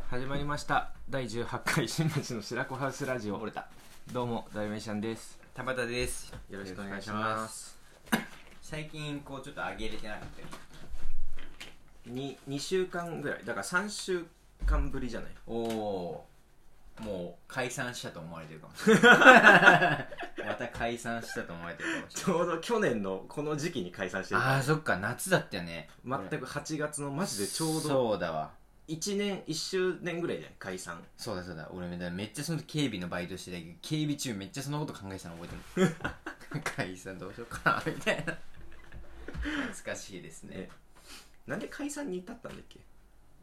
始まりました第18回新町の白子ハウスラジオ。 折れた。 どうもダルメシャンです。 田畑です。 よろしくお願いします。 最近こうちょっと上げれてなかったよ。 2週間ぐらいだから3週間ぶりじゃない。 おお、もう解散したと思われてるかもしれないまた解散したと思われてるかもしれない。 ちょうど去年のこの時期に解散してるから。 ああそっか、夏だったよね。 全く8月のマジでちょうどそうだわ、 1周年ぐらいで解散。 そうだそうだ、俺めっちゃその警備のバイトしてたけど、警備中めっちゃそのこと考えてたの覚えてる解散どうしようかなみたいな懐かしいですね。 なんで解散に至ったんだっけ。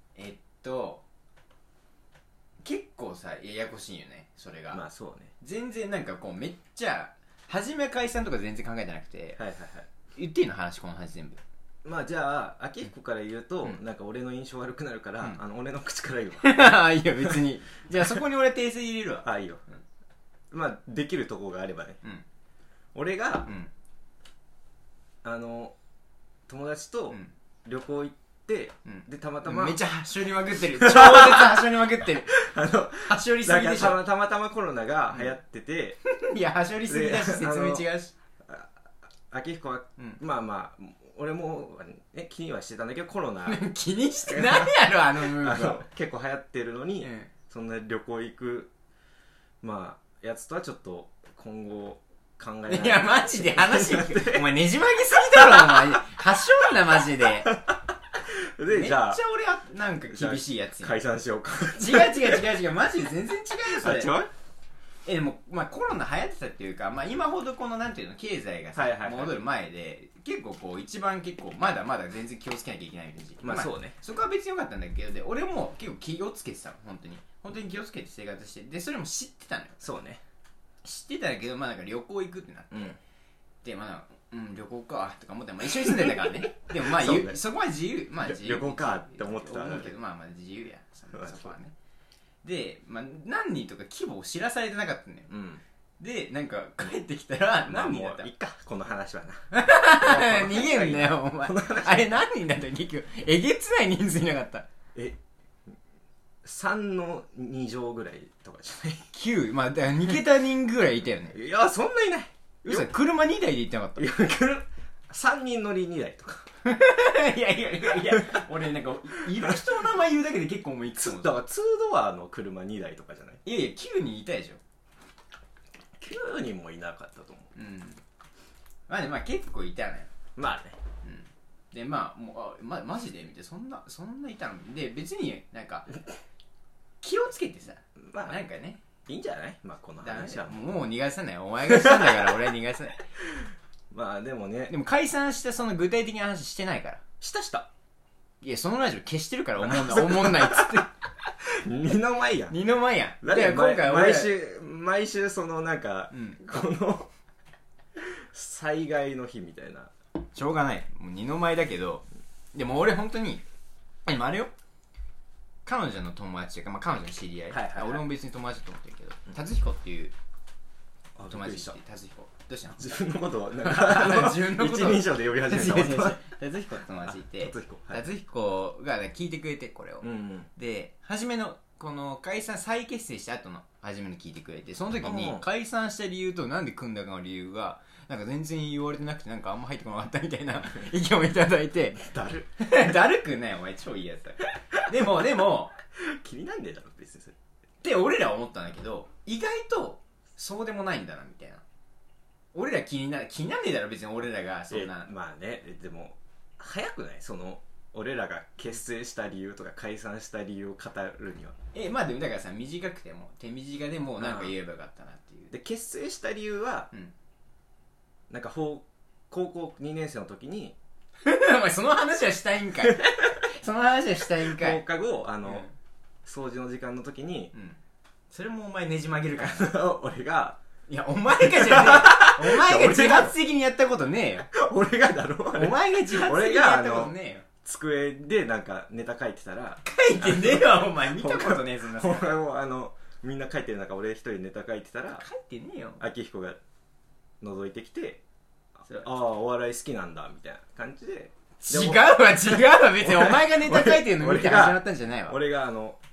結構さややこしいよねそれが。 まあそうね。 全然なんかこうめっちゃ初め解散とか全然考えてなくて、 はいはいはい。 言っていいの話、この話全部。 まあじゃあ秋彦から言うと、 うんなんか俺の印象悪くなるから、俺の口から言うあいいよ別にじゃあそこに俺訂正入れるわわ。あいいよ、まあできるとこがあればね。 うん俺が、 うん友達とうん旅行行って、でたまたまめっちゃ端折りまくってる超絶端折りまくってる端折りすぎでしょ。 たまたまコロナが流行ってて、 いや端折りすぎだし説明違うし。 秋彦は、まあまあ俺も気にはしてたんだけどコロナ気にしてないやろあのムーブ結構流行ってるのに、そんな旅行行くまあやつとはちょっと今後考えない。 いやマジで話お前ねじ曲げすぎだろお前端折んなマジででめっちゃじゃあ俺はなんか厳しいやつ解散しようか。 違うマジで全然違うよそれ。 違う。 でもまあコロナ流行ってたっていうか、まあ今ほどこのなんていうの経済がさ、 はいはいはい戻る前で結構こう一番結構まだまだ全然気をつけなきゃいけないみたいな時期。 まあそうね。 そこは別に良かったんだけど、で俺も結構気をつけてたの。本当に気をつけて生活して、でそれも知ってたのよ。 そうね。 知ってたんだけど、まあなんか旅行行くってなって、 うんでまあ旅行かとか思って、まあ、一緒に住んでたからねでもまあそこは自由、まあ自由旅行かって思ってたけど、まあまあ自由やそこはね。で、まあ、何人とか規模を知らされてなかったんだよ。でなんか帰ってきたら何人だった、 いっかこの話はな逃げんなよお前あれ何人だった結局えげつない人数いなかった。 3の2乗ぐらいとかじゃない。 9、まあだから2桁人ぐらいいたよね。 いやそんないない。 嘘、車2台で行ってなかった。 いや3人乗り2台とかいや俺なんかいる人の名前言うだけで結構もういくつもだから2ドアの車2台とかじゃない。 いや9人いたでしょ。 9人もいなかったと思う。 まあね、まあ結構いたのよ。 まあね。 でまあもうマジで見てそんないたので、別になんか気をつけてさ、 まあなんかねいいんじゃない。まあこの話はもう逃がさない。お前がしたんだから俺は逃がさないまあでもね。 でも解散したその具体的な話してないから。 したいやそのラジオ消してるからおもんないっつって二の舞やん。 二の舞やん。 だって今回毎週そのなんか、この災害の日みたいな。 しょうがない、もう二の舞だけど、でも俺本当に今あれよ、彼女の友達というか、まあ、彼女の知り合い、俺も別に友達だと思ってるけど、達彦っていう友達って、達彦どうしたの。 自分のことをなんか自分のこと一人称で呼び始めた。 達彦って友達いて、達彦彦が聞いてくれてこれを、で初めのこの解散再結成した後の初めの聞いてくれて、その時に解散した理由となんで組んだかの理由がなんか全然言われてなくて、なんかあんま入ってこなかったみたいな意見をいただいてだるくないお前超いいやつだでも気になんねえだろ別にそれって俺らは思ったんだけど、意外とそうでもないんだなみたいな。俺ら気になんねえだろ別に俺らがそんな。 まあね、でも早くないその俺らが結成した理由とか解散した理由を語るには。 まあでもだからさ、短くても手短でもなんか言えばよかったなっていう。 で結成した理由は、なんか高校2年生の時にお前その話はしたいんかいその話はしたいんかい。 放課後掃除の時間の時に、 それもお前ねじ曲げるから俺がいやお前がじゃねえお前が自発的にやったことねえよ俺がだろお前が自発的にやったことねえよ。 机でなんかネタ書いてたら、 書いてねえわお前見たことねえそんなさ。 俺もみんな書いてる中俺一人ネタ書いてたら、 書いてねえよ秋彦が覗いてきて、ああお笑い好きなんだみたいな感じで。 違うわ別にお前がネタ書いてるの見て始まったんじゃないわ。 俺が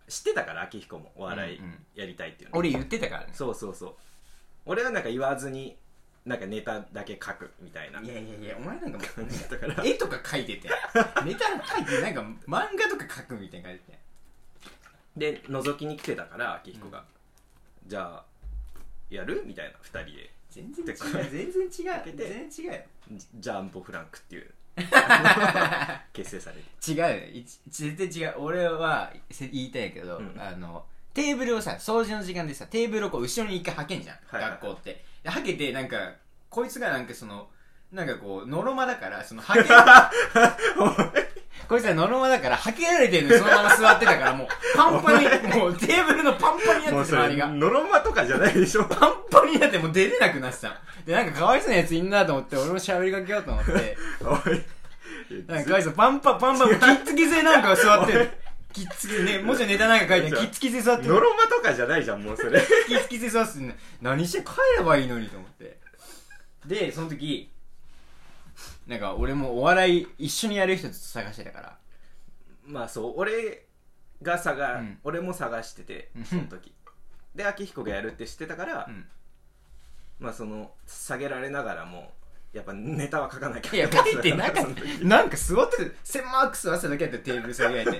知ってたから秋彦もお笑いやりたいっていうの、 俺言ってたからね。 そうそうそう、俺はなんか言わずになんかネタだけ書くみたいな。 いやいやいや、お前なんかもう感じだから絵とか描いててネタ描いてなんか漫画とか描くみたいな感じでで覗きに来てたから秋彦が、じゃあやるみたいな2人で全然違う全然違う全然違うよジャンボフランクっていう結成されて違うよ絶対違う。俺は言いたいけど、テーブルをさ、掃除の時間でさ、テーブルをこう後ろに一回はけんじゃん、 はいはいはい、 学校ってではけて、なんかこいつがなんかそのなんかこうのろまだからそのはけこいつはのろまだからはけられてるのにそのまま座ってたからもうパンパンにもうテーブルのパンパンになってて周りがのろまとかじゃないでしょパンパンになってもう出れなくなってたので、なんかかわいそうなやついんなと思って俺も喋りかけようと思ってなんかかわいそうパンパンもうキッツキ勢なんか座ってるキッツキね、もちろんネタなんか書いてキッツキ勢座ってるのろまとかじゃないじゃんもうそれキッツキ勢座ってる何して帰ればいいのにと思ってで、その時なんか俺もお笑い一緒にやる人ずっと探してたから、 まあそう俺も探しててその時で秋彦がやるって知ってたから、まあその下げられながらもやっぱネタは書かなきゃいや書いてなかったなんか座ってる狭く座ってただけやったテーブル下げられて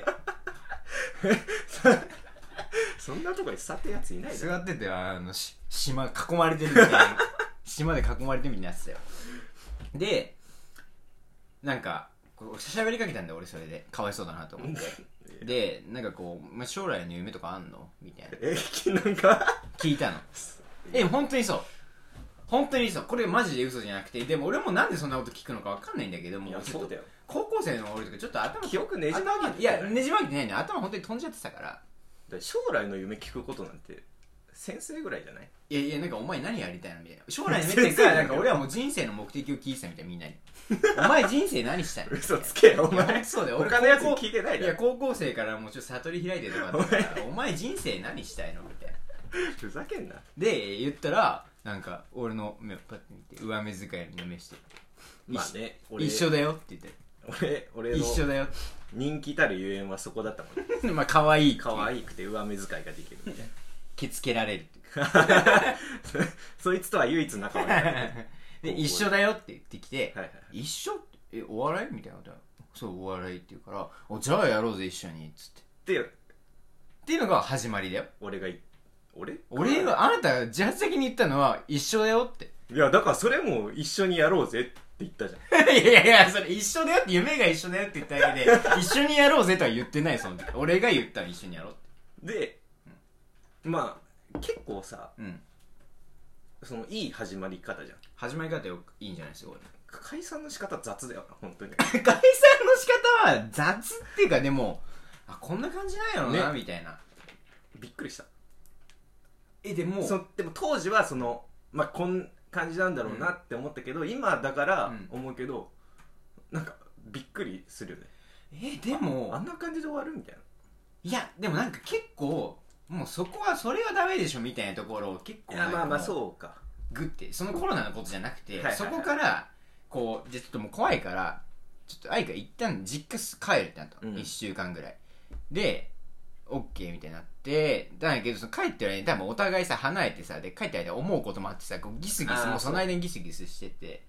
そんなとこに座ってるやついないで座ってて島囲まれてるみたいな島で囲まれてるみたいなやつだよでなんかこうしゃべりかけたんだよ俺それでかわいそうだなと思ってでなんかこう、将来の夢とかあんのみたいななんか聞いたの本当にそう本当にそうこれマジで嘘じゃなくてでも俺もなんでそんなこと聞くのか分かんないんだけどもそうだよ高校生の俺とかちょっと頭記憶ねじ曲げていやねじ曲げてないの頭本当に飛んじゃってたから将来の夢聞くことなんて先生ぐらいじゃない？ いやなんかお前何やりたいのみたいな将来の夢ってさなんか俺はもう人生の目的を聞いてたみたいなみんなにお前人生何したいの嘘つけよお前そうだよ他のやつに聞いてないだろいや高校生からもうちょっと悟り開いてるとかあったからお前人生何したいのみたいなふざけんなで言ったらなんか俺の目をパッて見て上目遣いの目してまあね一緒だよって言って俺の一緒だよ人気たるゆえんはそこだったもんまあ可愛い可愛くて上目遣いができるみたいなけつけられるってそいつとは唯一仲間だで一緒だよって言ってきて、 はいはい、 一緒ってお笑いみたいなことそうお笑いって言うからじゃあやろうぜ一緒にっつってっていうのが始まりだよ俺はあなたが自発的に言ったのは一緒だよっていやだからそれも一緒にやろうぜって言ったじゃんいやいやそれ一緒だよって夢が一緒だよって言っただけで一緒にやろうぜとは言ってないその時俺が言ったら一緒にやろうってで、まあ結構さ、そのいい始まり方じゃん始まり方よいいんじゃないですか解散の仕方雑だよな本当に解散の仕方は雑っていうかでもこんな感じなんやろな、みたいなびっくりしたでも当時はそのまあこん感じなんだろうなって思ったけど、今だから思うけど、なんかびっくりするよねでもあんな感じで終わるみたいないやでもなんか結構もうそれはダメでしょみたいなところを結構まあそうかグッてそのコロナのことじゃなくて、 はいはいはい、 そこからこうじゃあちょっともう怖いからちょっと愛が一旦実家帰るってなったの、1週間ぐらいでオッケーみたいになってだけどその帰ってる間に多分お互いさ離れてさで帰ってる間思うこともあってさこうギスギスもうその間にギスギスしてて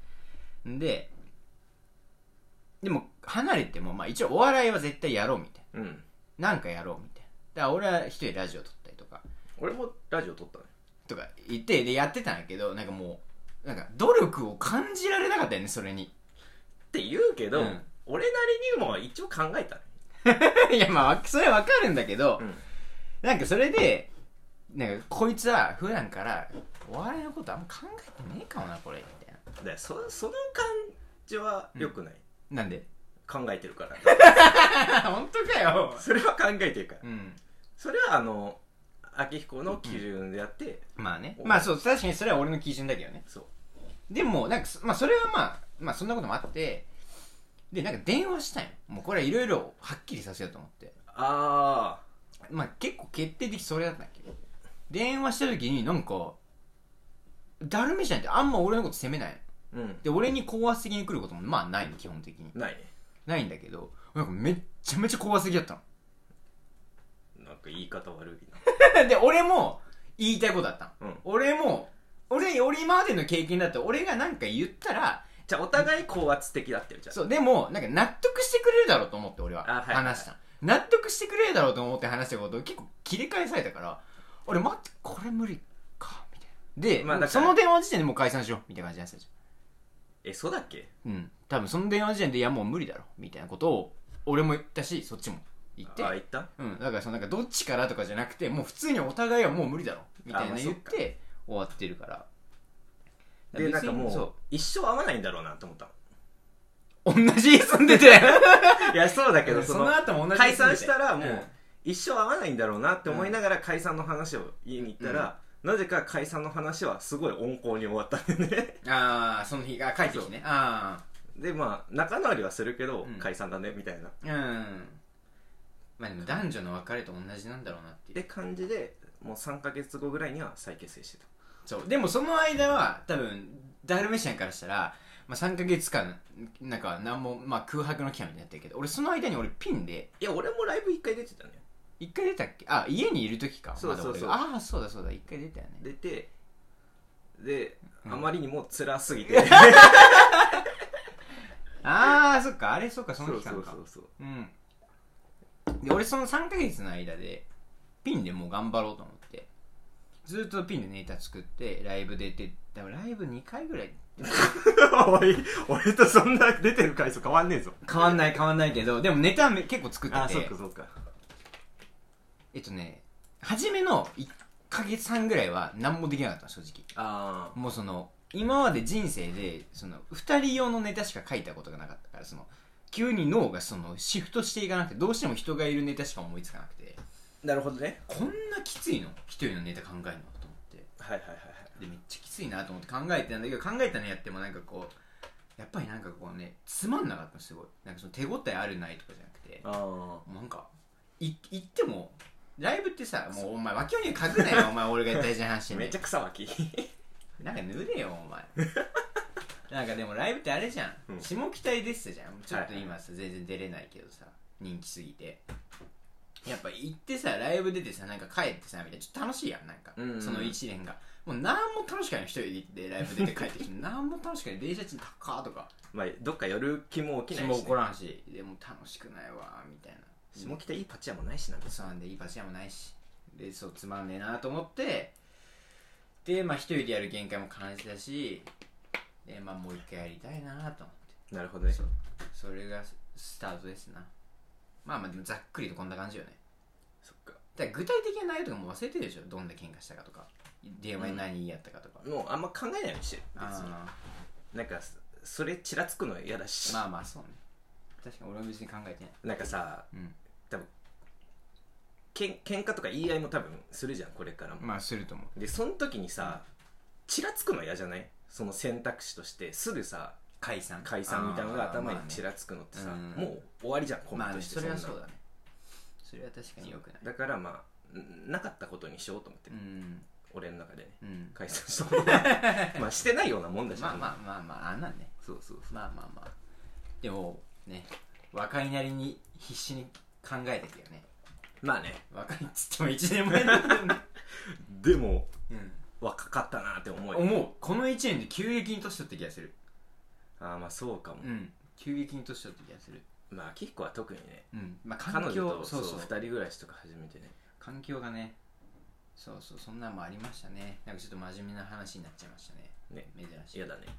でも離れてもまあ一応お笑いは絶対やろうみたいな、なんかやろうみたいなだから俺は一人ラジオ撮ったりとか俺もラジオ撮ったねとか言ってでやってたんだけどなんかもうなんか努力を感じられなかったよねそれにって言うけど、俺なりにも一応考えたねいやまあそれは分かるんだけど、なんかそれでなんかこいつは普段からお笑いのことあんま考えてねえかもなこれみたいなでその感じは良くない、 なんで考えてるから本当かよそれは考えてるから、それは秋彦の基準であって、 まあねまあそう確かにそれは俺の基準だけどねそうでもなんかまあそれはまあそんなこともあってでなんか電話したんよもうこれはいろいろはっきりさせようと思ってまあ結構決定的それだったんだけど電話した時になんかダルメじゃんってあんま俺のこと責めないの、で俺に高圧的に来ることもまあないの基本的にないねないんだけどなんかめっちゃめちゃ高圧的だったのか言い方悪いなで俺も言いたいことだったの、 うん、 俺今までの経験だと俺がなんか言ったらじゃあお互い高圧的だってるじゃん。 そうでもなんか納得してくれるだろうと思って俺は話した、納得してくれるだろうと思って話したことを結構切り返されたから俺待ってこれ無理かみたいなで、まあ、その電話時点でもう解散しようみたいな感じになってたじゃん。そうだっけ。 うん多分その電話時点でいやもう無理だろみたいなことを俺も言ったしそっちも言って言った。 うんだからそのなんかどっちからとかじゃなくてもう普通にお互いはもう無理だろみたいな言って終わってるからでなんかもう一生会わないんだろうなと思ったの同じ家住んでていやそうだけどその後も同じ解散したらもう一生会わないんだろうなって思いながら解散の話を言いに行ったら、なぜか解散の話はすごい温厚に終わったんでねああその日が帰ってきてねああでまあ仲直りはするけど、解散だねみたいなまあでも男女の別れと同じなんだろうなっていう感じでもう3ヶ月後ぐらいには再結成してた。 そうでもその間は多分ダルメシアンからしたら、まあ、3ヶ月間なんか何も、まあ、空白の期間みたいになってるけど俺その間に俺ピンでいや俺もライブ1回出てたね。 1回出たっけあ家にいる時かそうそうそう、 ああそうだそうだ1回出たよね出てで、あまりにも辛すぎてああそっかあれそっかその期間かそううんで俺その3ヶ月の間でピンでもう頑張ろうと思ってずっとピンでネタ作ってライブ出てでもライブ2回ぐらい俺とそんな出てる回数変わんねえぞ。 変わんないけどでもネタ結構作っててあそっかそっか初めの1ヶ月半ぐらいは何もできなかった正直もうその今まで人生でその2人用のネタしか書いたことがなかったからその急に脳がそのシフトしていかなくてどうしても人がいるネタしか思いつかなくてなるほどねこんなきついの一人のネタ考えるのと思ってでめっちゃきついなと思って考えてたんだけど考えたのやってもなんかこうやっぱりなんかこうねつまんなかったのすごいなんかその手応えあるないとかじゃなくてなんか言ってもライブってさもうお前脇をに書くなよお前俺が大事な話してめっちゃ草脇なんか濡れよお前なんかでもライブってあれじゃん、下北出てたじゃんちょっと今さ、全然出れないけどさ人気すぎてやっぱ行ってさライブ出てさなんか帰ってさみたいなちょっと楽しいやんなんか、その一年がもう何も楽しくない一人で行ってライブ出て帰ってきて何も楽しくない電車賃高とかまあどっか寄る気も起きないし、ね、 気も起こらんしでも楽しくないわみたいな下北いいパチ屋もないしなんそうなんでいいパチ屋もないしでそうつまんねえなと思ってでまあ一人でやる限界も感じたしでまあもう一回やりたいなと思ってなるほどねそれがスタートですなまあまあでもざっくりとこんな感じよねそっかだから具体的な内容とかも忘れてるでしょどんな喧嘩したかとか電話に何やったかとか、 もうあんま考えないようにしてる別になんかそれちらつくの嫌だしまあまあそうね確かに俺は別に考えてないなんかさ、多分喧嘩とか言い合いも多分するじゃんこれからもまあすると思うでその時にさ、ちらつくの嫌じゃないその選択肢としてすぐさ解散みたいなのが頭にちらつくのってさ、もう終わりじゃんコンビとして、 それはそうだねそれは確かに良くないだからまあなかったことにしようと思って、俺の中でね、解散したまあしてないようなもんだしまああんなんねそうまあでもね若いなりに必死に考えたけどねまあね若いっつっても1年前なんだよねでも、若かったなって思うこの1年で急激に年取った気がするまあそうかも、 急激に年取った気がするまあ秋彦は特にね、 まあ環境彼女とそう2人暮らしとか初めてね環境がねそんなんもありましたねなんかちょっと真面目な話になっちゃいましたね珍しい嫌だね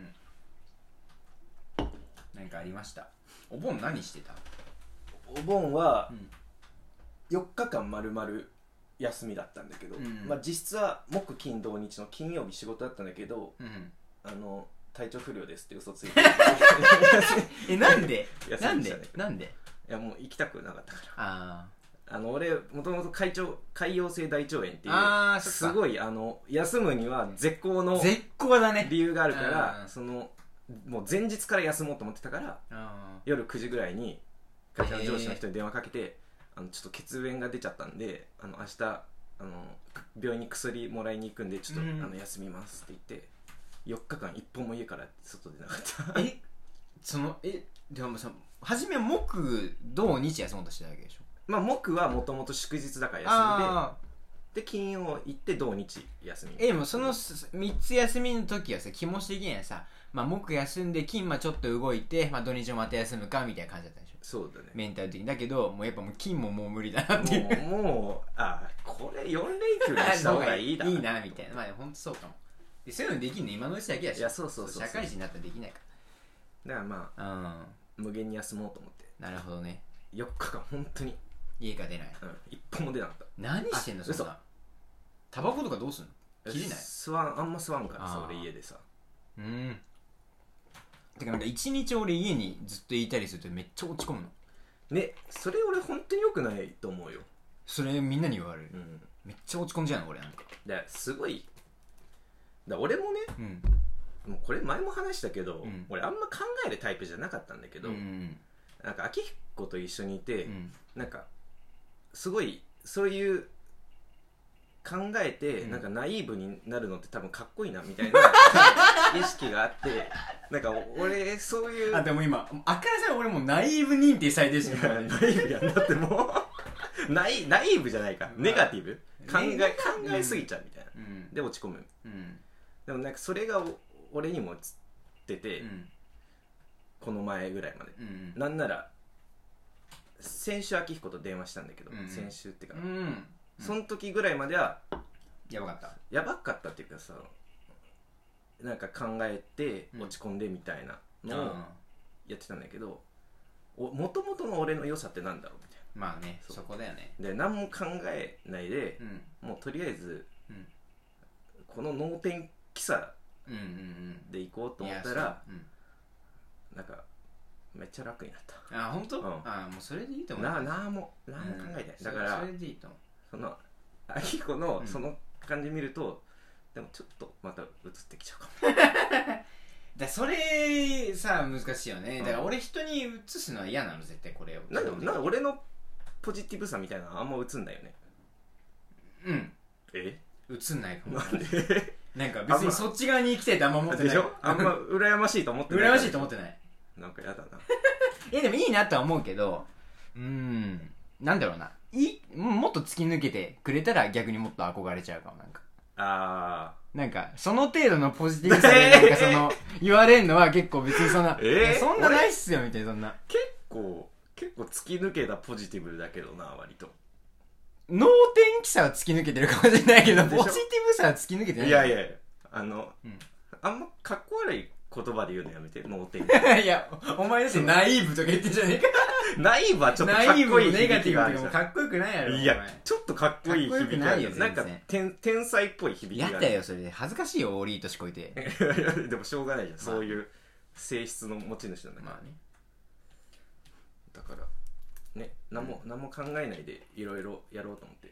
なんかありましたお盆何してたお盆は、4日間丸々休みだったんだけど、まあ実質は木金土日の金曜日仕事だったんだけど、体調不良ですって嘘ついてなんでいやもう行きたくなかったから俺もともと潰瘍性大腸炎っていうすごい休むには絶好だね理由があるからそのもう前日から休もうと思ってたから夜9時ぐらいに会社の上司の人に電話かけてちょっと血便が出ちゃったんで明日病院に薬もらいに行くんでちょっと休みますって言って4日間一歩も家から外出なかったでもさ初め木土日休もうとしてたわけでしょまあ木はもともと祝日だから休んで金曜行って土日休み。 でもその3つ休みの時はさ気持ち的にはさ、まあ木休んで金ちょっと動いて、まあ土日もまた休むかみたいな感じだったでしょ。 そうだね、 メンタル的に。だけどもうやっぱもう金ももう無理だなっていう、 もうこれ4連休にした方がいいだいいなみたいな。まあほんとそうかも。でそういうのできんの今のうちだけだし。 いやそう社会人になったらできないから。 だからまあ、無限に休もうと思って。 なるほどね。 4日間本当に家から出ない、 一歩も出なかった。 何してんのそんな。タバコとかどうすんの？切れない？ あんま吸わんからさ、俺家でさ。 てかなんか一日俺家にずっといたりするとめっちゃ落ち込むのね。それ俺本当に良くないと思うよ。 それみんなに言われる、めっちゃ落ち込んじゃうの俺なんか。 すごい俺もね、もうこれ前も話したけど、俺あんま考えるタイプじゃなかったんだけど、なんか明彦と一緒にいて、なんかすごいそういう考えて、なんかナイーブになるのって多分かっこいいなみたいな意識があって、なんか俺そういうでも今あからさん俺もうナイーブ認定されてるし、 ナイーブやんだってもうナイーブじゃないか、ネガティブ考えすぎちゃうみたいな、で落ち込む、でもなんかそれが俺にも映ってて、この前ぐらいまで、なんなら先週明彦と電話したんだけど、先週ってか、その時ぐらいまではやばかったっていうかさ、なんか考えて落ち込んでみたいなのをやってたんだけど、もともとの俺の良さってなんだろうみたいな。まあね、そこだよね。 で何も考えないで、もうとりあえず、この能天気さでいこうと思ったら、なんかめっちゃ楽になった。 本当？もうそれでいいと思う。 何も考えてない。だからそれでいいと思う。 その明彦のその感じ見ると、でもちょっとまた映ってきちゃうかも。 それさ難しいよね。だから俺人に映すのは嫌なの絶対これを。 なんか俺のポジティブさみたいなのあんま映んないよね。 映んないかも。 なんで？ なんか別にそっち側に行きたいってあんま思ってないでしょ。あんま羨ましいと思ってない。 羨ましいと思ってない。 なんかやだな。 でもいいなとは思うけど、なんだろうな、もっと突き抜けてくれたら逆にもっと憧れちゃうかも。なんかその程度のポジティブさでなんかその言われるのは結構別にそんな、そんなないっすよみたいな。そんな結構突き抜けたポジティブだけどな、割と。 能天気さは突き抜けてるかもしれないけど、ポジティブさは突き抜けてない。 いやあんまかっこ悪い言葉で言うのやめて、能天気。 いやお前だってナイーブとか言ってんじゃねえか。 ナイーブはちょっとかっこいい響きがあるじゃん。 かっこよくないやろ。 いやちょっとかっこいい響きがある。 なんか天才っぽい響きがある。 やったよそれで。恥ずかしいよオーリーとしこいて。 でもしょうがないじゃん、そういう性質の持ち主なんだから。だからね、何も考えないでいろいろやろうと思って、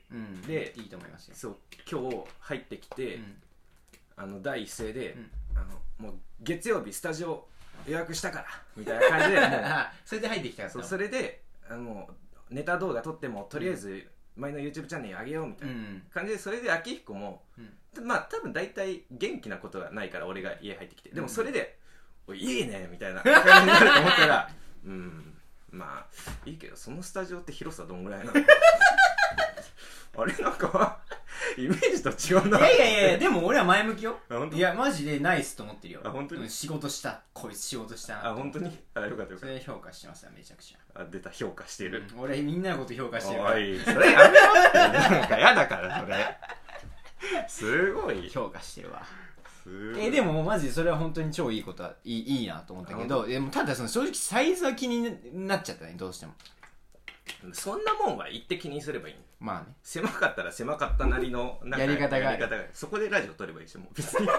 でいいと思いますよ。 そう今日入ってきて、第一声で、もう月曜日スタジオ予約したからみたいな感じでそれで入ってきたから。 それでもうネタ動画撮ってもとりあえず前の YouTube チャンネル上げようみたいな感じで、それで明彦も、まあ多分大体元気なことがないから俺が家入ってきて、でもそれで「いいね」みたいな感じになると思ったらまあいいけど、そのスタジオって広さどんぐらいなの？あれなんかイメージと違うな。 いやでも俺は前向きよ。いやマジでナイスと思ってるよ。 本当に仕事した、こいつ仕事したな。 本当によかったよかった。 それ評価してますよ、めちゃくちゃ。 出た、評価してる。 俺みんなのこと評価してる。 おいそれやめろって。なんかやだからそれ。すごい評価してるわ。でもマジでそれは本当に超いいことは、いいなと思ったけど、でもただその正直サイズは気になっちゃったね、どうしても。 そんなもんは言って気にすればいい。 まあね、 狭かったら狭かったなりのやり方がそこでラジオ撮ればいいし、もう別に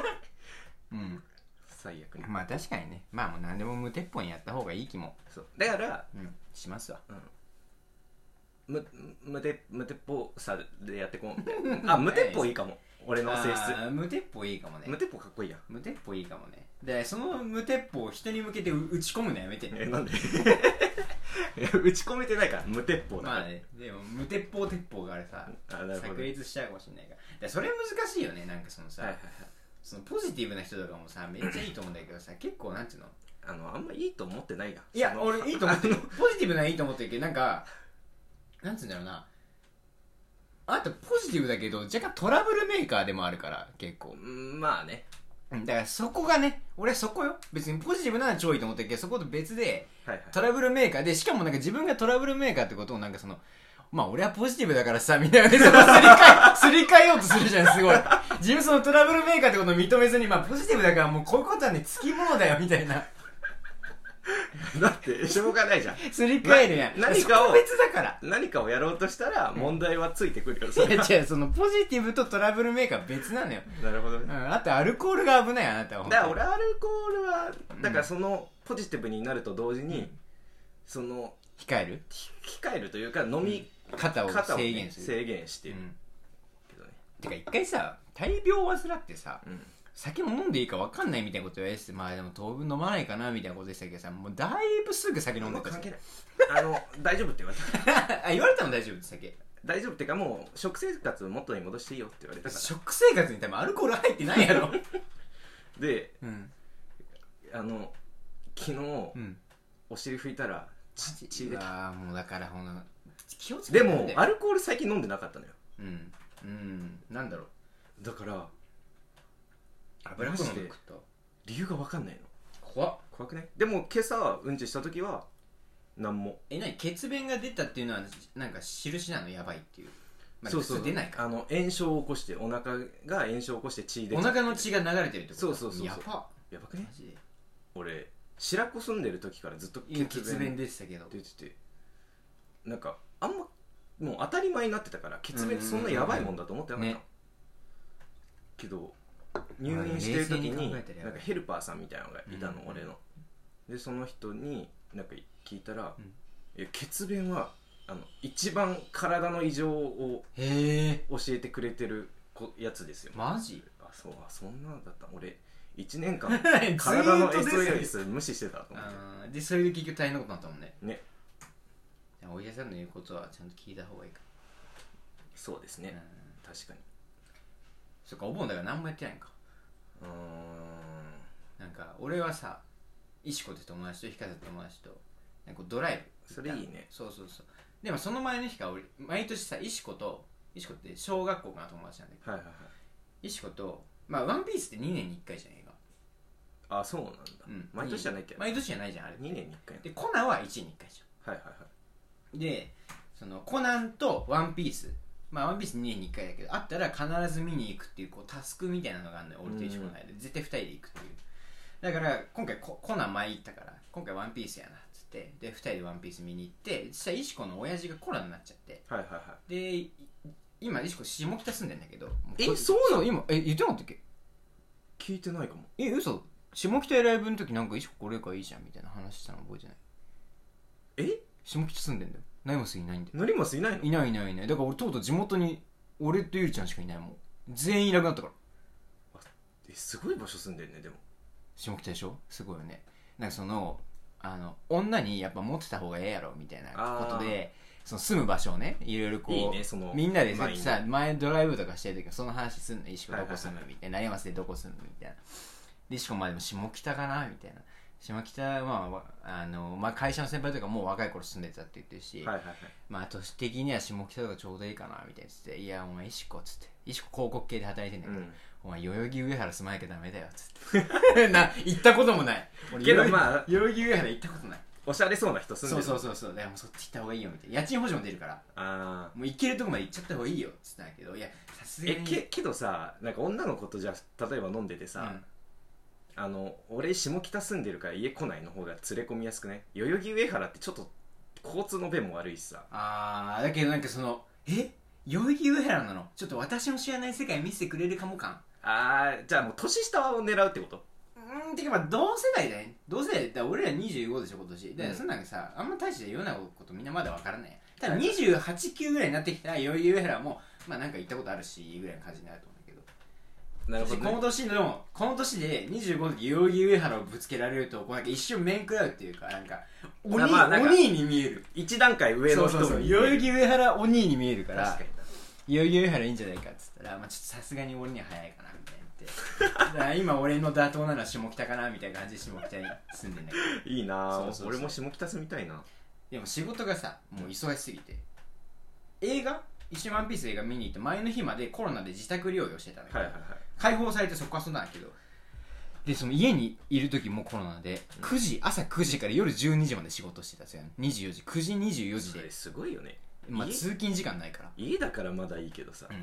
最悪に。 まあ確かにね、まあもう何でも無鉄砲にやった方がいい気も。 そうだからしますわ。 無鉄砲さでやってこうみたいな。無鉄砲いいかも。俺の性質。 無鉄砲いいかもね。 無鉄砲かっこいいやん。 無鉄砲いいかもね。でその無鉄砲を人に向けて打ち込むのやめて。 なんで？打ち込めてないから無鉄砲だから。 まあね、でも無鉄砲鉄砲があれさ炸裂しちゃうかもしれないから。それ難しいよね。なんかそのさ、そのポジティブな人とかもさめっちゃいいと思うんだけどさ、結構なんていうの、 あんまいいと思ってないやん。 いや俺いいと思ってる。ポジティブないいと思ってるけど、なんかなんつうんだろうな、あとポジティブだけど若干トラブルメーカーでもあるから結構、 まあね、 だからそこがね、俺はそこよ、別にポジティブなのは超いいと思ってるけど、そこと別で、 はいはい、 トラブルメーカーで、しかもなんか自分がトラブルメーカーってことをなんかその、まあ俺はポジティブだからさみたいなね、そのすり替えようとするじゃん、すごい自分そのトラブルメーカーってことを認めずに、まあポジティブだからもうこういうことはねつきものだよみたいなだってしょうがないじゃん、 すり替えるやん、 何かを別だから何かをやろうとしたら問題はついてくるよ、 いや違う、そのポジティブとトラブルメーカーは別なのよ。 なるほどね、 あとアルコールが危ない、あなたは。 だから俺アルコールはだからそのポジティブになると同時に、その控えるというか飲み方を制限する、 制限してる、 けどね。てか一回さ、大病を患ってさ、酒も飲んでいいか分かんないみたいなこと言われてて、まあでも当分飲まないかなみたいなことでしたけどさ、もうだいぶすぐ酒飲んでたし、 関係ない大丈夫って言われたあ、言われたの大丈夫って酒大丈夫ってか、もう食生活を元に戻していいよって言われたから。 食生活に多分アルコール入ってないやろで、昨日、お尻拭いたら血で、 もうだからほんの気をつけて。でもアルコール最近飲んでなかったのよ。 なんだろう、 だから油分食った、 理由が分かんないの。 怖くない？でも今朝うんちした時は何も。 何、血便が出たっていうのはなんか印なの、やばいっていう、まあ、 そうそう、 出ないか、 炎症を起こして、お腹が炎症を起こして血で、 お腹の血が流れてるってこと。 そうやばくね。俺白子住んでる時からずっと血便出てたけど、 出てて、なんかあんまもう当たり前になってたから、血便ってそんなやばいもんだと思ってなかったの、けど入院してる時になんかヘルパーさんみたいなのがいたの、俺の。でその人になんか聞いたら、血便は一番体の異常を教えてくれてるやつですよ。 マジ？ そんなんだった。俺1年間体の SOS 無視してたと思って。 でそれで結局大変なことになったもんね。 ね。 お医者さんの言うことはちゃんと聞いた方がいいか。 そうですね、確かに。 そっか、お盆だから何もやってないんか。なんか俺はさ、石子って友達と光って友達となんかドライブ、 それいいね。 そうでもその前の日から俺毎年さ、石子って小学校から友達なんだけど、石子とまあワンピースって2年に1回じゃん、映画。 あ、そうなんだ。毎年じゃないっけ？ 毎年じゃないじゃん、あれ。 2年に1回で、コナンは1年に1回じゃん。で、そのコナンとワンピース、まあワンピース2年に1回だけど、あったら必ず見に行くっていう、こうタスクみたいなのがあるのよ、俺と石子の間で。絶対2人で行くっていう。だから今回コナン前行ったから、今回ワンピースやなっつって、で2人でワンピース見に行って、そしたら石子の親父がコロナになっちゃって、で今石子下北住んでんだけど。 そうなの？ 今言ってなかったっけ？ 聞いてないかも。 嘘？下北ライブの時なんか石子これかいいじゃんみたいな話したの覚えてない？下北住んでんだよ。成増いないんだよ。 成増いないの？いない。だから俺とうとう地元に俺とゆりちゃんしかいないもん。全員いなくなったから。 すごい場所住んでんね。でも下北でしょ？すごいよね。なんかその女にやっぱ持ってた方がええやろみたいなことで、その住む場所をね、いろいろこういいね、そのみんなでさ、前ドライブとかしてる時はその話すんの。石子どこ住むみたいな、成増でどこ住むみたいな。で石子まあでも下北かなみたいな。下北はまあ会社の先輩とかもう若い頃住んでたって言ってるし、まあ年的には下北とかちょうどいいかなみたいなつって、いやお前石子っつって、石子広告系で働いてんだけど、お前代々木上原住まなきゃダメだよっつって行ったこともない。 けどまあ代々木上原行ったことない。 おしゃれそうな人住んでる。 そうだからもうそっち行った方がいいよみたいな。家賃補助も出るから、もう行けるとこまで行っちゃった方がいいよっつったんだけど、いやさすがにけどさ、なんか女の子とじゃあ例えば飲んでてさ、俺下北住んでるから家来ないの方が連れ込みやすくない？代々木上原ってちょっと交通の便も悪いしさ。 だけどなんかその代々木上原なのちょっと私の知らない世界見せてくれるかも感。 じゃあもう年下を狙うってこと？ てかまあ同世代だね。同世代だ俺ら25でしょ今年で、そんなんかさあんま大して言うようなことみんなまだ分からない。ただ28、9ぐらいになってきたら代々木上原もまあなんか行ったことあるしぐらいの感じになると思うんだけど。なるほど、ね、この年で25で代々木上原をぶつけられるとこうなんか一瞬面食らうっていうか、なんか鬼に見える。 一段階上の人も代々木上原鬼に見えるから、確かに代々木上原いいんじゃないかっつったら、まあ、ちょっとさすがに俺には早いかなみたいなだから今俺の妥当なのは下北かなみたいな感じで下北に住んでんだけど。 いいなぁ。俺も下北住みたいな。 でも仕事がさもう忙しすぎて、 映画一緒にワンピース映画見に行って前の日までコロナで自宅療養してたのよ、 はいはいはい、 解放されてそこはそんなんだけど、でその家にいる時もコロナで朝9時から夜12時まで仕事してたんですよ、24時9時24時で。 すごいよね。 まあ通勤時間ないから。 家だからまだいいけどさ、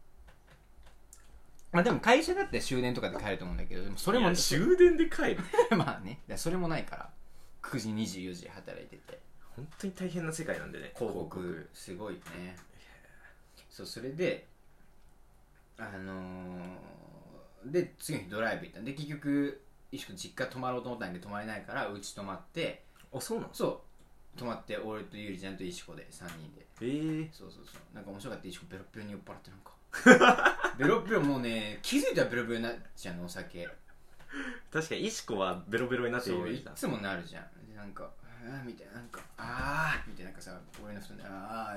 まあでも会社だって終電とかで帰ると思うんだけど、でもそれも終電で帰るまあね、それもないから9時24時で働いてて、 本当に大変な世界なんでね、 広告すごいね。そう、それでで次の日ドライブ行ったんで、結局石子実家泊まろうと思ったんだけど泊まれないからうち泊まって。 あ、そうなの？ そう泊まって、俺とゆりちゃんと石子で3人で。そうなんか面白かった。石子ベロベロに酔っ払ってなんかベロベロ、もうね気づいたらベロベロになっちゃうの、お酒。 確かに石子はベロベロになってるイメージだ。 いつもなるじゃん。でなんかみたいな、なんかみたいな、なんかさ俺の布団でみたいなって、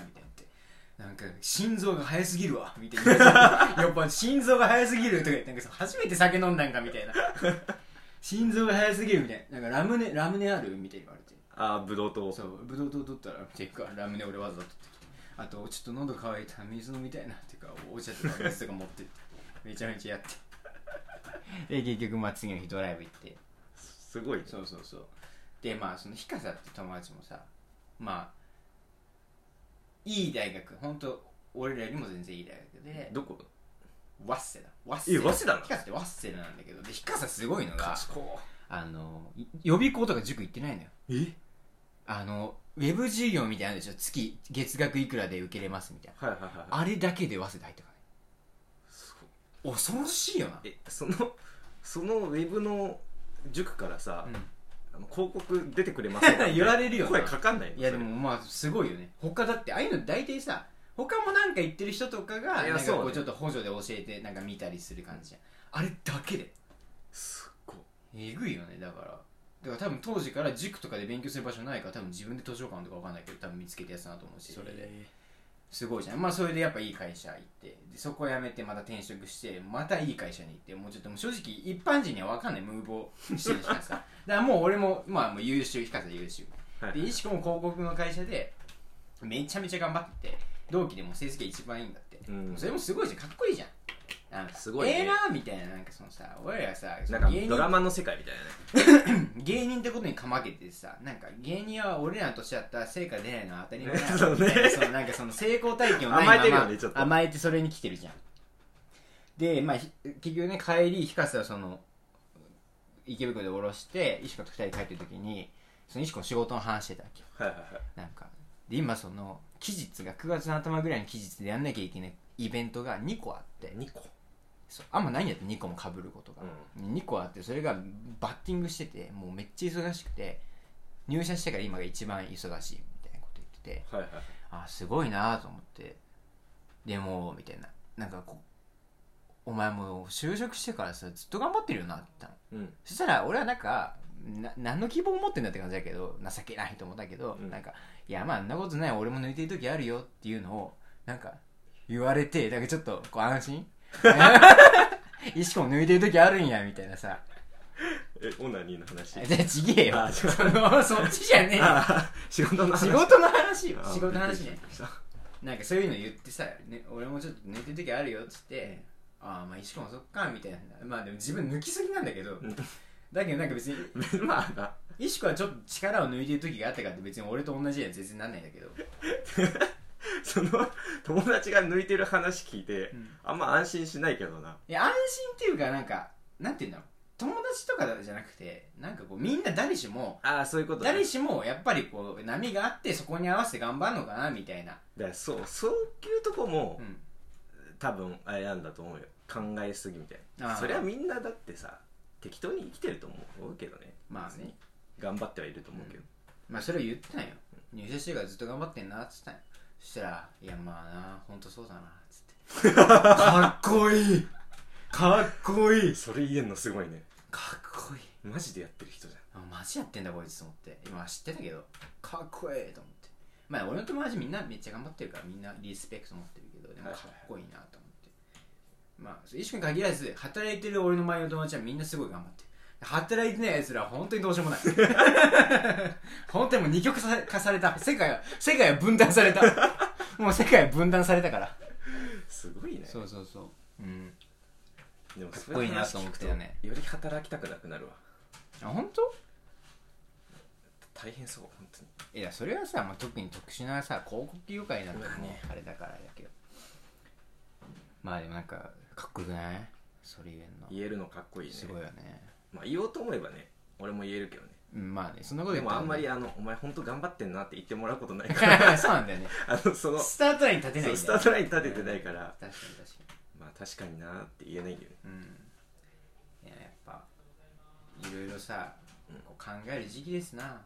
なんか心臓が速すぎるわみたいなやっぱ心臓が速すぎるとか言って、なんかさ初めて酒飲んだんかみたいな心臓が速すぎるみたいな、なんかラムネあるみたいに言われて、 ブドウ糖。 そうブドウ糖取ったらっていうか、ラムネ俺わざと取ってきて、あとちょっと喉乾いた水飲みたいなっていうか、お茶とか水とか持ってってめちゃめちゃやってで結局次の日ドライブ行って、 すごい、ね、 そうで、まあそのひかさって友達もさ、まあいい大学、本当俺らよりも全然いい大学で。 どこ？ ワッセだ。 早稲田の？ ひかさってワッセなんだけど、でひかさすごいのが予備校とか塾行ってないのよ。ウェブ授業みたいなのでしょ、月額いくらで受けれますみたいな、あれだけで早稲田入ったからね。恐ろしいよな。 そのウェブの塾からさ、広告出てくれますか言われるよな。 声かかんないの？ いやでもまあすごいよね。他だってああいうの大体さ、他もなんか言ってる人とかがなんかこうちょっと補助で教えてなんか見たりする感じじゃん。あれだけですっごいえぐいよね。だから多分当時から塾とかで勉強する場所ないから、多分自分で図書館とかわかんないけど多分見つけたやつだなと思うし、それですごいじゃん。まあそれでやっぱいい会社行って、でそこ辞めてまた転職してまたいい会社に行って、もうちょっともう正直一般人には分かんないムーブをしてるじゃないですかだからもう俺もまあもう優秀、ひかさ優秀で、石子も広告の会社でめちゃめちゃ頑張ってて、同期でも成績が一番いいんだって、それもすごいじゃん、かっこいいじゃん。なんかすごいね、なみたいな、なんかそのさ、俺らさ、 なんかドラマの世界みたいなね芸人ってことにかまけてさ、なんか芸人は俺らの年だったら成果出ないのは当たり前だそうね、 そのなんかその成功体験をないまま甘えてるよね、ちょっと甘えてそれに来てるじゃん。でまあ結局ね、帰りひかさはその池袋で降ろして石子と2人で帰ってる時に、その石子の仕事の話してたわけよ。なんかで今その期日が9月の頭ぐらいの期日でやんなきゃいけないイベントが2個あって、 2個あんまないんだって2個も被ることが、2個あって、それがバッティングしてて、もうめっちゃ忙しくて、入社してから今が一番忙しいみたいなこと言ってて、あすごいなと思って、でもみたいな、なんかお前もう就職してからさずっと頑張ってるよなって言ったの、そしたら俺はなんか何の希望を持ってんだって感じだけど、情けないと思ったけど、なんかいやまああんなことない、俺も抜いてる時あるよっていうのをなんか言われて、なんかちょっとこう安心石子も抜いてる時あるんやみたいなさ。 オナニーの話じゃあちげえよ、そっちじゃねえよ仕事の話よ、仕事の話ね。なんかそういうの言ってさ、ね、俺もちょっと抜いてる時あるよっつって、まあ石子もそっかみたいな、まあでも自分抜きすぎなんだけどだけどなんか別にまあ石子はちょっと力を抜いてる時があったからって別に俺と同じやつ全然なんないんだけどその友達が抜いてる話聞いて、あんま安心しないけどな。 いや安心っていうか、なんかなんていうんだろう、友達とかじゃなくて、なんかこうみんな誰しもそういうこと、ね、 誰しもやっぱりこう波があって、そこに合わせて頑張るのかなみたいな。 だからそういうとこも、多分あれなんだと思うよ、考えすぎみたいな。そりゃみんなだってさ適当に生きてると思うけどね。まあね、頑張ってはいると思うけど、 まあそれを言ってたんよ。入社してからずっと頑張ってんなっつったんよ。そしたら、いやまあな、ほんとそうだなっつってかっこいい、かっこいい、 それ言えんのすごいね。 かっこいい、 マジでやってる人じゃん。 マジやってんだこいつと思って、今知ってたけどかっこいいと思って。まあ俺の友達みんなめっちゃ頑張ってるから、みんなリスペクト持ってるけど、でもかっこいいなと思って、まあ石君に限らず働いてる俺の周りの友達はみんなすごい頑張ってる。働いてないやつらは本当にどうしようもない本当にもう二極化された、世界は分断されたもう世界分断されたからすごいね。 そうそうそう、うん、 でもかっこいいなと思ってたね。 より働きたくなくなるわ。 あ、本当？ 大変そう本当に。 いやそれはさ、まあ、特に特殊なさ広告業界なんてもうあれだからだけど、まあでもなんかかっこよくない？それ言えるのかっこいいね。 すごいよね。 まあ言おうと思えばね、俺も言えるけどね。 うん、まあね、そんなこと言っても、ね、でもあんまりお前本当頑張ってんなって言ってもらうことないからそうなんだよねそのスタートライン立てないんだよね。 スタートライン立ててないから、 確かに確かに、 まあ確かになって言えないんだよね。 うん、いややっぱいろいろさ、こう考える時期ですな。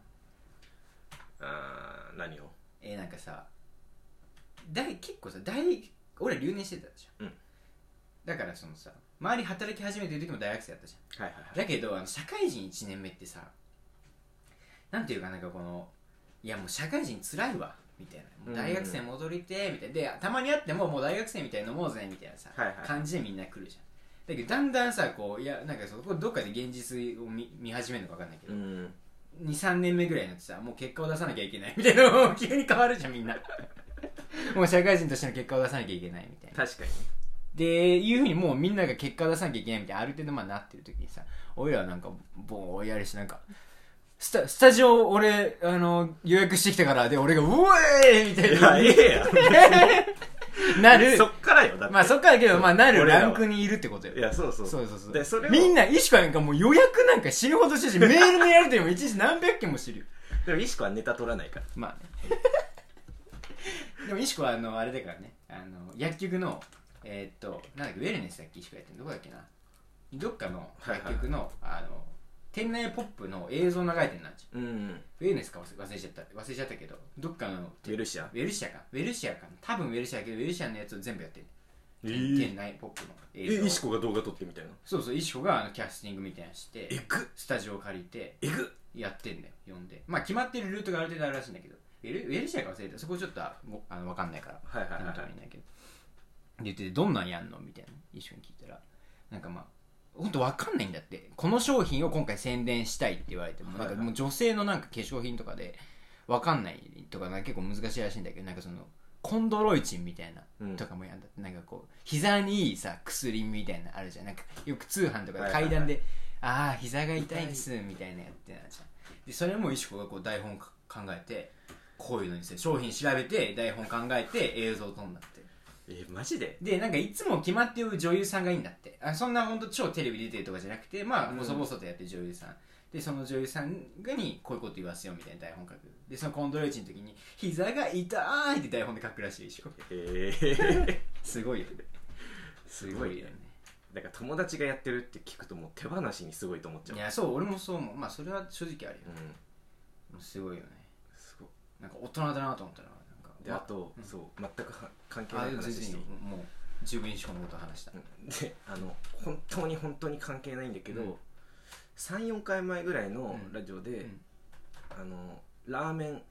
あ、何を？ なんかさ、結構さ、俺ら留年してたじゃん、うん、だからそのさ、周り働き始めてる時も大学生だったじゃん、はいはいはい、だけど社会人1年目ってさ、なんていうかなんかこの、いやもう社会人つらいわみたいな、もう大学生戻りてみたいな、でたまに会ってももう大学生みたいに飲もうぜみたいなさ、はいはい、感じでみんな来るじゃん。だけどだんだんさ、こう、いやなんかそこどっかで現実を 見始めるのか分かんないけど、2、3年目ぐらいになってさ、もう結果を出さなきゃいけないみたいなの急に変わるじゃんみんなもう社会人としての結果を出さなきゃいけないみたいな。 確かに。 でいうふうにもうみんなが結果を出さなきゃいけないみたいなある程度まあなってる時にさ、俺らはなんかボーやるし、なんかスタジオ俺予約してきたからで、俺がうえーみたいな、いやええやなる。 そっからよ。だってまあそっからだけど、まあなるランクにいるってことよ。 いやそうそうそうそうそう。 でそれみんな石川なんかもう予約なんか死ぬほどしてるし、メールのやり取りも一時何百件もしてるよ。 でも石川はネタ取らないから。まあねでも石川はあれだからね、薬局のなんだっけ、ウェルネスだっけ、石川やってるのどこだっけな、どっかの薬局の、店内ポップの映像流れてるなんちゃう、ウェルネスか忘れちゃったけど、どっかのウェルシアか多分ウェルシアだけど、ウェルシアのやつを全部やってる、店内ポップの映像。 石子が動画撮ってみたいな。 そうそう、石子がキャスティングみたいなしてスタジオを借りてやってんだよ、呼んで。まあ決まってるルートがある程度あるらしいんだけど、ウェルシアか忘れた、そこちょっと分かんないから言ってて、どんなんやんのみたいな一緒に聞いたら、なんかまあ本当分かんないんだって、この商品を今回宣伝したいって言われても、なんかもう女性のなんか化粧品とかで分かんないとか、なんか結構難しいらしいんだけど、なんかそのコンドロイチンみたいなとかもやんだって、なんかこう膝にいいさ薬みたいなあるじゃん、なんかよく通販とかで階段で、ああ膝が痛いですみたいなやってなじゃん。でそれも石子がこう台本考えて、こういうのにして商品調べて台本考えて映像を撮んだって。 マジで？ でなんかいつも決まってる女優さんがいいんだって。そんなほんと超テレビ出てるとかじゃなくて、まあ細々とやってる女優さんで、その女優さんにこういうこと言わせようみたいな台本書く。でそのコンドロイチの時に膝が痛いって台本で書くらしいでしょ。すごいよね。すごいよね。 だから友達がやってるって聞くともう手放しにすごいと思っちゃう。 いやそう、俺もそう思う。まあそれは正直あるよ、すごいよね。すごいなんか大人だなと思ったら、なんかで、あと、そう全く関係ない話していい？ もう十分石子のこと話した。 で本当に関係ないんだけど、3、4回前ぐらいのラジオで、ラーメン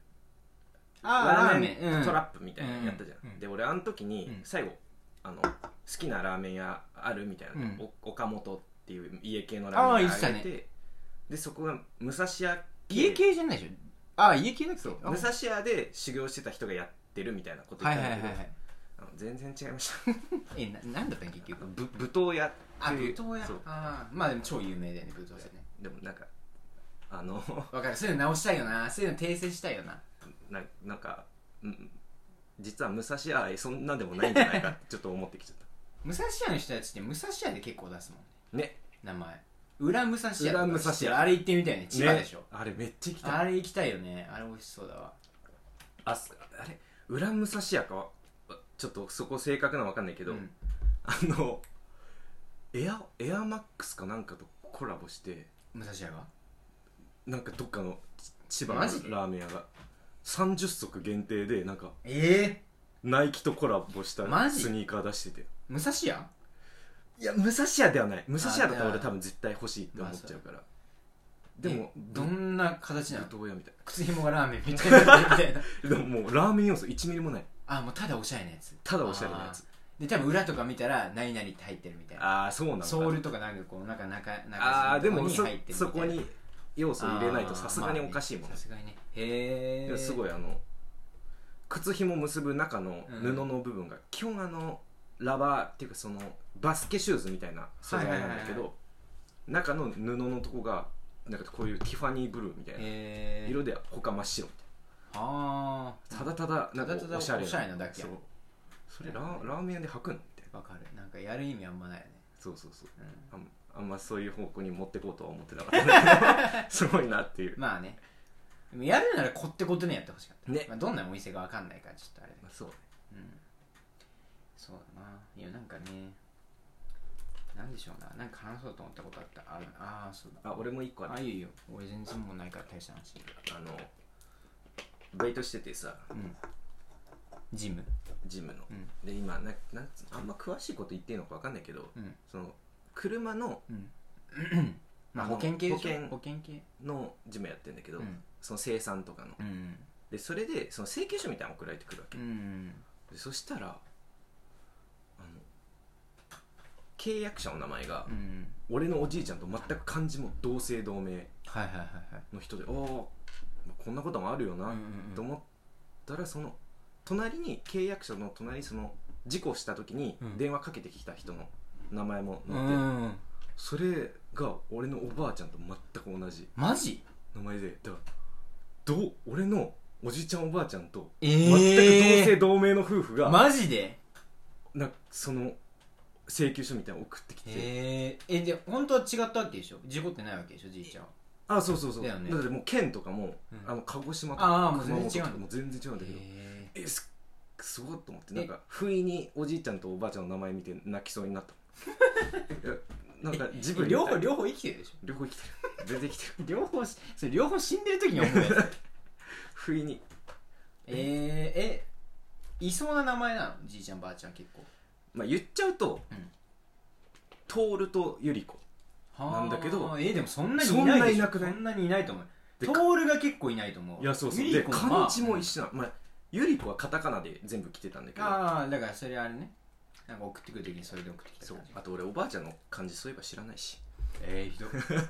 トラップみたいなのやったじゃん。で俺あの時に最後好きなラーメン屋あるみたいな、岡本っていう家系のラーメン屋あげて、でそこが武蔵屋家系じゃないでしょ。家系だっけ？ 武蔵屋で修行してた人がやってるみたいなこと言ったんだけど、全然違いましたなんだったん結局。 舞踏屋。 舞踏屋。まあでも超有名だよね、舞踏屋ね。 でもなんか分かる、そういうの直したいよな、そういうの訂正したいよな。 なんか実は武蔵屋そんなんでもないんじゃないかってちょっと思ってきちゃった武蔵屋の人たちって武蔵屋で結構出すもんね、名前。裏武蔵屋。あれ行ってみたいね。千葉でしょ。 あれめっちゃ行きたい。 あれ行きたいよね。あれ美味しそうだわ。 あれ裏武蔵屋かちょっとそこ正確なの分かんないけど、エアマックスかなんかとコラボして武蔵屋がなんかどっかの千葉のラーメン屋が30足限定でなんかナイキとコラボしたスニーカー出してて。 武蔵屋？ いや武蔵屋ではない。武蔵屋だったら俺多分絶対欲しいって思っちゃうから。 でもどんな形なの？ どうやみたいな。 靴ひもがラーメンみたいなでももうラーメン要素1ミリもない。 もうただおしゃれなやつ。 ただおしゃれなやつで、多分裏とか見たら何々って入ってるみたいな。 そうなのか。 ソールとかなんかこう中でもそこに要素入れないとさすがにおかしいもん。 さすがにね。へえ。 すごい靴ひも結ぶ中の布の部分が基本ラバーっていうかそのバスケシューズみたいな素材なんだけど、中の布のとこがなんかこういうティファニーブルーみたいな色で他真っ白みたいな、ただただなんかおしゃれなだけや。それラーメン屋で履くのみたいな。 わかる。なんかやる意味あんまないよね。 そう、あんまそういう方向に持ってこうとは思ってなかったんだけどすごいなっていう。 まあね、でもやるならこってことにやってほしかったね。 まあ、どんなお店がわかんないからちょっとあれだけど、 そうね、 そうだな。いやなんかね、なんでしょうな、なんか話そうと思ったことあった。そうだ。 俺も一個ある。 いいよ。俺全然もうないから大した話。 バイトしててさ、 ジムの、 で今あんま詳しいこと言っていいのか分かんないけど、その車の、 まあ保険系でしょ。 保険系のジムやってるんだけど、その生産とかの、でそれでその請求書みたいなの送られてくるわけ、でそしたら契約者の名前が、俺のおじいちゃんと全く漢字も同姓同名の人で、こんなこともあるよなと思ったら、その隣に契約者の隣にその事故した時に電話かけてきた人の名前も載って、それが俺のおばあちゃんと全く同じマジ名前で、だから俺のおじいちゃんおばあちゃんと全く同姓同名の夫婦がマジでその請求書みたいなの送ってきて、 で本当は違ったわけでしょ。事故ってないわけでしょ、じいちゃん。 そうだってもう県とかも、鹿児島とか熊本とかも全然違うんだけど、すごいと思って、なんか不意におじいちゃんとおばあちゃんの名前見て泣きそうになったなんか自分両方生きてるでしょ。 両方生きてる、全然生きてるそれ両方死んでる時に思うやつ不意にいそうな名前なの、じいちゃんばあちゃん結構。 まあ言っちゃうと、徹とゆり子なんだけど、 でもそんなにいないでしょ。 そんなにいないと思う。徹が結構いないと思う。 いやそうで漢字も一緒な、ゆり子はカタカナで全部来てたんだけど、 だからそれあれね、なんか送ってくる時にそれで送ってきた感じ。 あと俺おばあちゃんの漢字そういえば知らないし、 ひど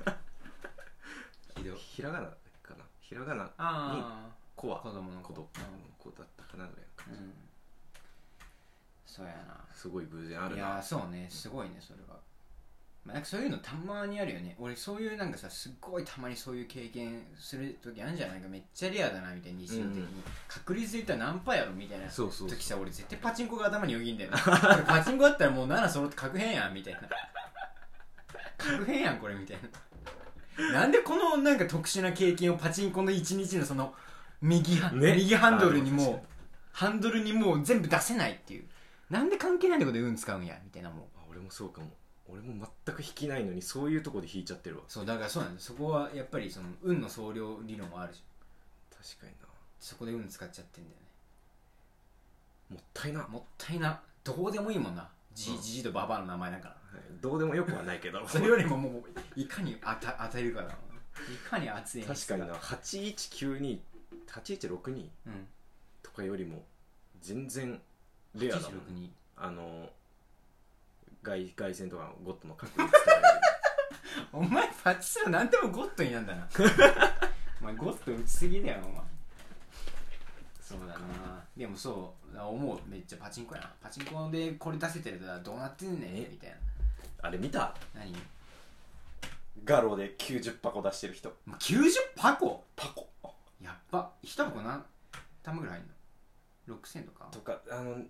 ひらがなかな、ひらがなに子は子供の子だったかなぐらいの感じ、 そうやな。 すごい偶然あるな。 いやそうね、すごいねそれは。なんかそういうのたまにあるよね。俺そういうなんかさ、すっごいたまにそういう経験する時あるんじゃないか、めっちゃレアだなみたいな、日常的に、確率で言ったら何パーやろみたいな時さ、俺絶対パチンコが頭によぎんだよなパチンコだったらもう7揃って確変やんみたいな確変やんこれみたいななんでこのなんか特殊な経験をパチンコの一日のその右ハンドルにもハンドルにもう全部出せないっていう、なんで関係ないとこで運使うんやみたいな。もう俺もそうかも。俺も全く引きないのにそういうとこで引いちゃってるわ。 そうだからそうなんだ、そこはやっぱりその運の総量理論もあるじゃん。確かにな。 そこで運使っちゃってんだよね。 もったいな。 もったいな。どうでもいいもんな、じじとばばの名前だから、 どうでもよくはないけどそれよりももういかに当てるかだ、いかに熱い。 確かにな。8192 8162、とかよりも全然レアだもん。外線とかゴッドの確率とかお前パチスロなんでもゴッドになんだなお前ゴッド打ちすぎだよお前。そうだな。でもそう思う、めっちゃパチンコやな。パチンコでこれ出せてるからどうなってんねんみたいな。 あれ見た？ 何？ ガロで90箱出してる人。 90箱？ パコやっば。1箱何玉ぐらい入んの？6000とか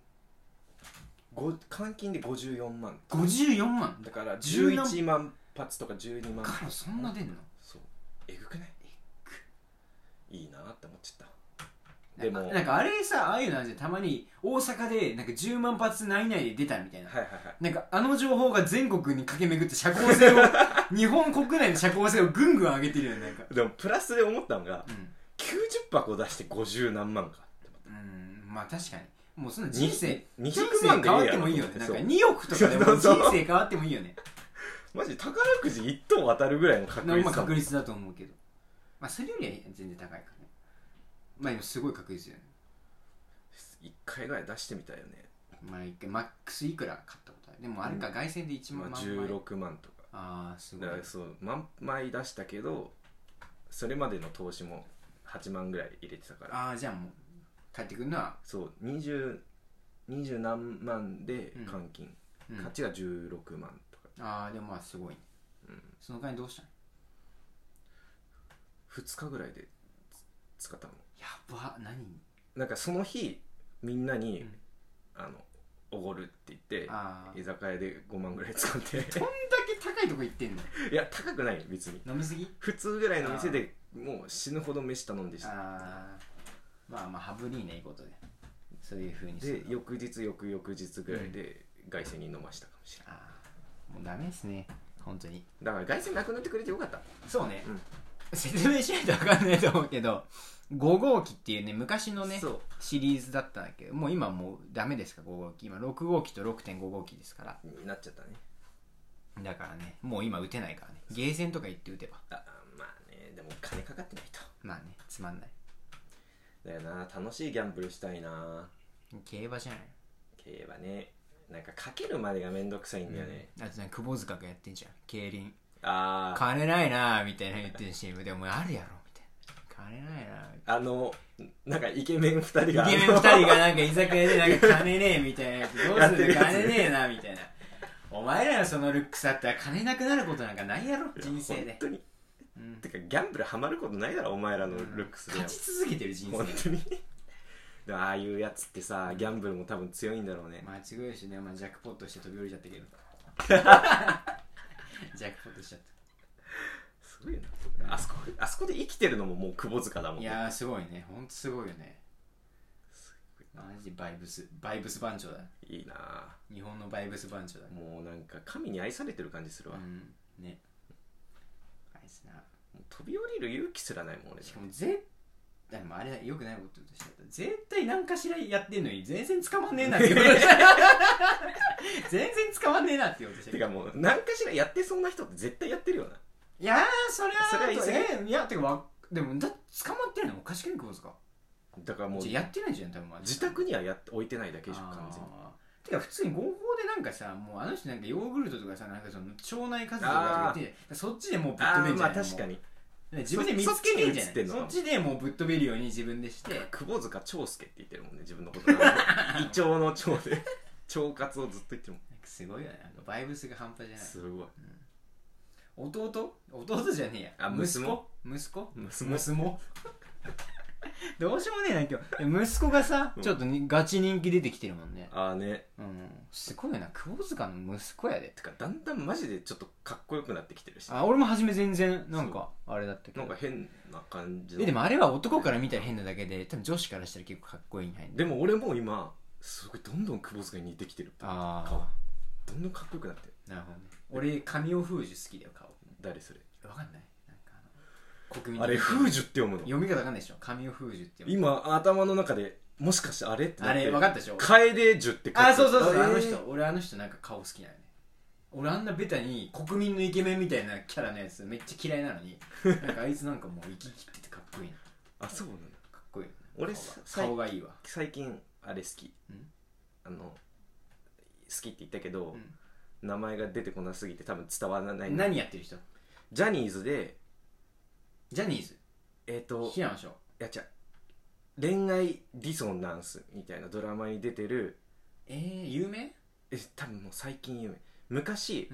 換金で54万。 54万だから11万発とか12万からそんな出んの？ そう。えぐくない？いいなって思っちゃった。 でもなんかあれさ、ああいうのたまに大阪でなんか10万発内々で出たみたいな、なんかあの情報が全国に駆け巡って社交性を日本国内の社交性をぐんぐん上げてるよね。なんかでもプラスで思ったのが、90箱出して50何万かって思った。 まあ確かにもうそんな人生 200万変わってもいいよね。なんか2億とかでも人生変わってもいいよねマジ宝くじ1等当たるぐらいの確率だと思うけど、まあそれよりは全然高いからね。まあでもすごい確率だよね。 1回ぐらい出してみたいよね。 まあ1回マックスいくら買ったことある。でもあれか、凱旋で1万枚、 16万とか。 ああすごい。 だからそう万枚出したけど、それまでの投資も8万ぐらい入れてたから。 ああじゃあもう帰ってくるのはそう20何万で換金、価値が16万とか。 ああでもまあすごいね、その金どうしたの ？2日ぐらいで使ったの。 やば。何なんかその日みんなに、おごるって言って居酒屋で5万ぐらい使ってどんだけ高いとこ行ってんの？ いや高くない別に。 飲みすぎ？ 普通ぐらいの店でもう死ぬほど飯頼んでした。 まあ羽振りいいね、いいことでそういう風にで翌日ぐらいで凱旋に飲ましたかもしれない。 もうダメですね本当に。 だから凱旋なくなってくれてよかった。 そうね、説明しないと分かんないと思うけど5号機っていうね昔のねシリーズだったんだけど、もう今もうダメですか5号機。今6号機と 6.5 号機ですからなっちゃったね。 だからねもう今打てないからね。ゲーセンとか行って打てば。 まあねでも金かかってないと。 まあねつまんない。 だよな。楽しいギャンブルしたいな。 競馬じゃない。 競馬ね。なんかかけるまでがめんどくさいんだよね。 あとね窪塚がやってんじゃん競輪。 ああ金ないなーみたいな言ってる CM でもあるやろみたいな。金ないななんかイケメン2人がイケメン2人がなんか居酒屋でなんか金ねえみたいな。どうする金ねえなみたいな。お前らのそのルックスあったら金なくなることなんかないやろ人生で。 本当に、てかギャンブルハマることないだろお前らのルックスで。 勝ち続けてる人生本当にでもああいうやつってさギャンブルも多分強いんだろうね。 間違いしね、ジャックポットして飛び降りちゃったけどジャックポットしちゃった。 すごいな、あそこで生きてるのももう窪塚だもんね。 いやーすごいね、ほんとすごいよね。マジバイブス番長だ。 いいな。 日本のバイブス番長だ。 もうなんか神に愛されてる感じするわ。 ね。あいつな。もう飛び降りる勇気すらないもん俺。 しかもでもあれよくないこと言うとしちゃった。絶対何かしらやってんのに全然捕まんねえなって言うとした全然捕まんねえなって言うとした。 てかもう何かしらやってそうな人って絶対やってるよな。 いやーそれはいやてかでも捕まってるのおかしくない窪塚。 だからもうやってないじゃん多分。 自宅には置いてないだけでしょ完全に。 てか普通に合法でなんかさ、もうあの人なんかヨーグルトとかさ、なんかその腸内活動とか言ってそっちでもうぶっ飛べんじゃん。 まあ確かに自分で見つけてんじゃない。そっちでもうぶっ飛べるように自分でして。 窪塚長介って言ってるもんね自分のこと胃腸の腸で腸活をずっと言ってるもん。 すごいよね、バイブスが半端じゃない。 すごい、 弟じゃねえや、息子どうしようもねえな今日。息子がさ、ちょっとガチ人気出てきてるもんね。 ああね、 すごいな、窪塚の息子やで。 てかだんだんマジでちょっとかっこよくなってきてるし。 俺も初め全然なんかあれだったけど、 なんか変な感じ。 でもあれは男から見たら変なだけで、多分女子からしたら結構かっこいいん。 でも俺も今すごいどんどん窪塚に似てきてる。顔どんどんかっこよくなってる。 なるほどね。俺神尾楓珠好きだよ顔。 誰それ？ わかんない。国民あれ風樹って読むの？ 読み方わかんないでしょ。神尾楓珠って読む。 今頭の中でもしかしてあれってなって。 あれ分かったでしょ。 楓樹って書いて。 そう俺あの人なんか顔好きなのね。俺あんなベタに国民のイケメンみたいなキャラのやつめっちゃ嫌いなのになんかあいつなんかもう生き切っててかっこいいな。 そうなんだ。 かっこいい。 俺顔がいいわ。 最近あれ好き。好きって言ったけど、名前が出てこなすぎて多分伝わらない。 何やってる人？ ジャニーズで。 ジャニーズ平野翔。 いや違う、恋愛ディソナンスみたいなドラマに出てる。 有名？ 多分もう最近有名。昔、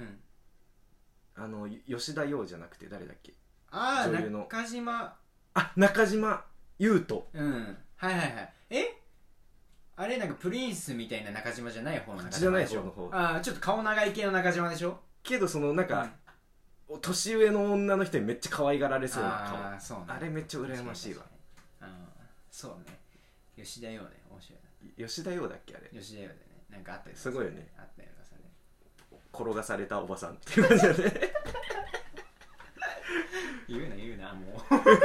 吉田羊じゃなくて誰だっけ？女優の中島裕翔。はいはいはい。あれなんかプリンスみたいな中島じゃない方の中島でしょ。じゃない方の方。ちょっと顔長い系の中島でしょ。けどそのなんか、年上の女の人にめっちゃ可愛がられそうな顔。あれめっちゃ羨ましいわ。 そうね。吉田羊ね、面白いな。 吉田羊だっけあれ。 吉田羊だね。なんかあったよね。 すごいよね。 あったよね。 転がされたおばさんっていう感じだね。 言うなもう。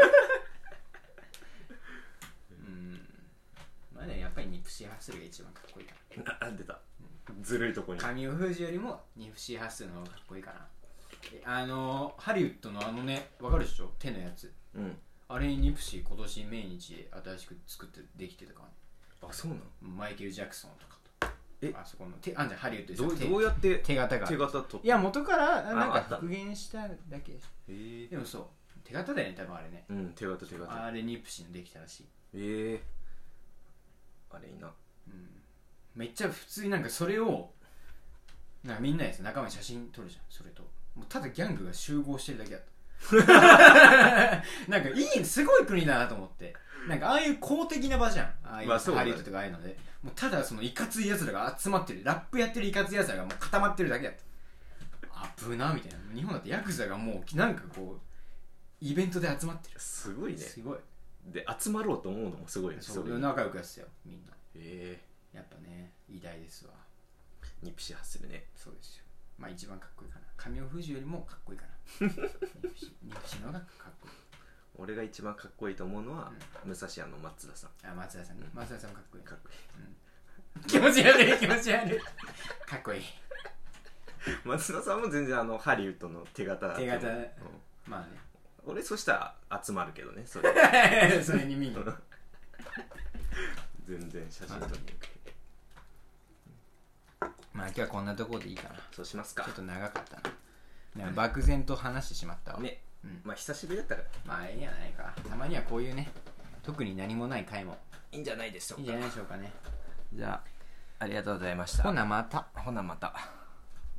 まあね、やっぱりニプシー・ハッスルが一番かっこいいかな。出た。ずるいとこに。 神尾楓珠よりもニプシー・ハッスルの方がかっこいいかな。ハリウッドのわかるでしょ、手のやつ。あれにニプシー今年命日で新しく作ってできてたからね。 そうなの？ マイケル・ジャクソンとかと。あそこのハリウッドでどうやって手形がいや元からなんか復元しただけで。でもそう手形だよね多分あれね。 手形。 あれニプシーのできたらしい。 あれいいな、 めっちゃ普通になんかそれをなんかみんなでさ仲間に写真撮るじゃん。それともうただギャングが集合してるだけだったなんかすごい国だなと思って。なんかああいう公的な場じゃん、ああいう、ハリウッドとかああいうのでもうただそのいかついやつらが集まってる、ラップやってるいかついやつらがもう固まってるだけだった。危なみたいな。日本だってヤクザがもうなんかこうイベントで集まってる。 すごいね。 すごい。 で集まろうと思うのもすごいね。 そう仲良くやってたよみんな。 やっぱね偉大ですわ。 ニプシーハッセルね。 そうですよ。まあ一番かっこいいかな。神尾楓珠よりもかっこいいかなニプシーの方がかっこいい。俺が一番かっこいいと思うのは、武蔵屋の松田さん。 あ、松田さんね。松田さんもかっこいい。 かっこいい。 気持ち悪い気持ち悪い。かっこいい。 松田さんも全然ハリウッドの手形。 まあね。 俺そしたら集まるけどね。それに見に。 全然写真撮りに行く。 まあ今日はこんなところでいいかな。 そうしますか。 ちょっと長かったな。なんか漠然と話してしまったわ。 ね。まあ久しぶりだったから。 まあいいんじゃないか。たまにはこういうね、特に何もない回もいいんじゃないでしょうか。 いいんじゃないでしょうかね。 じゃあありがとうございました。 ほなまた。 ほなまた。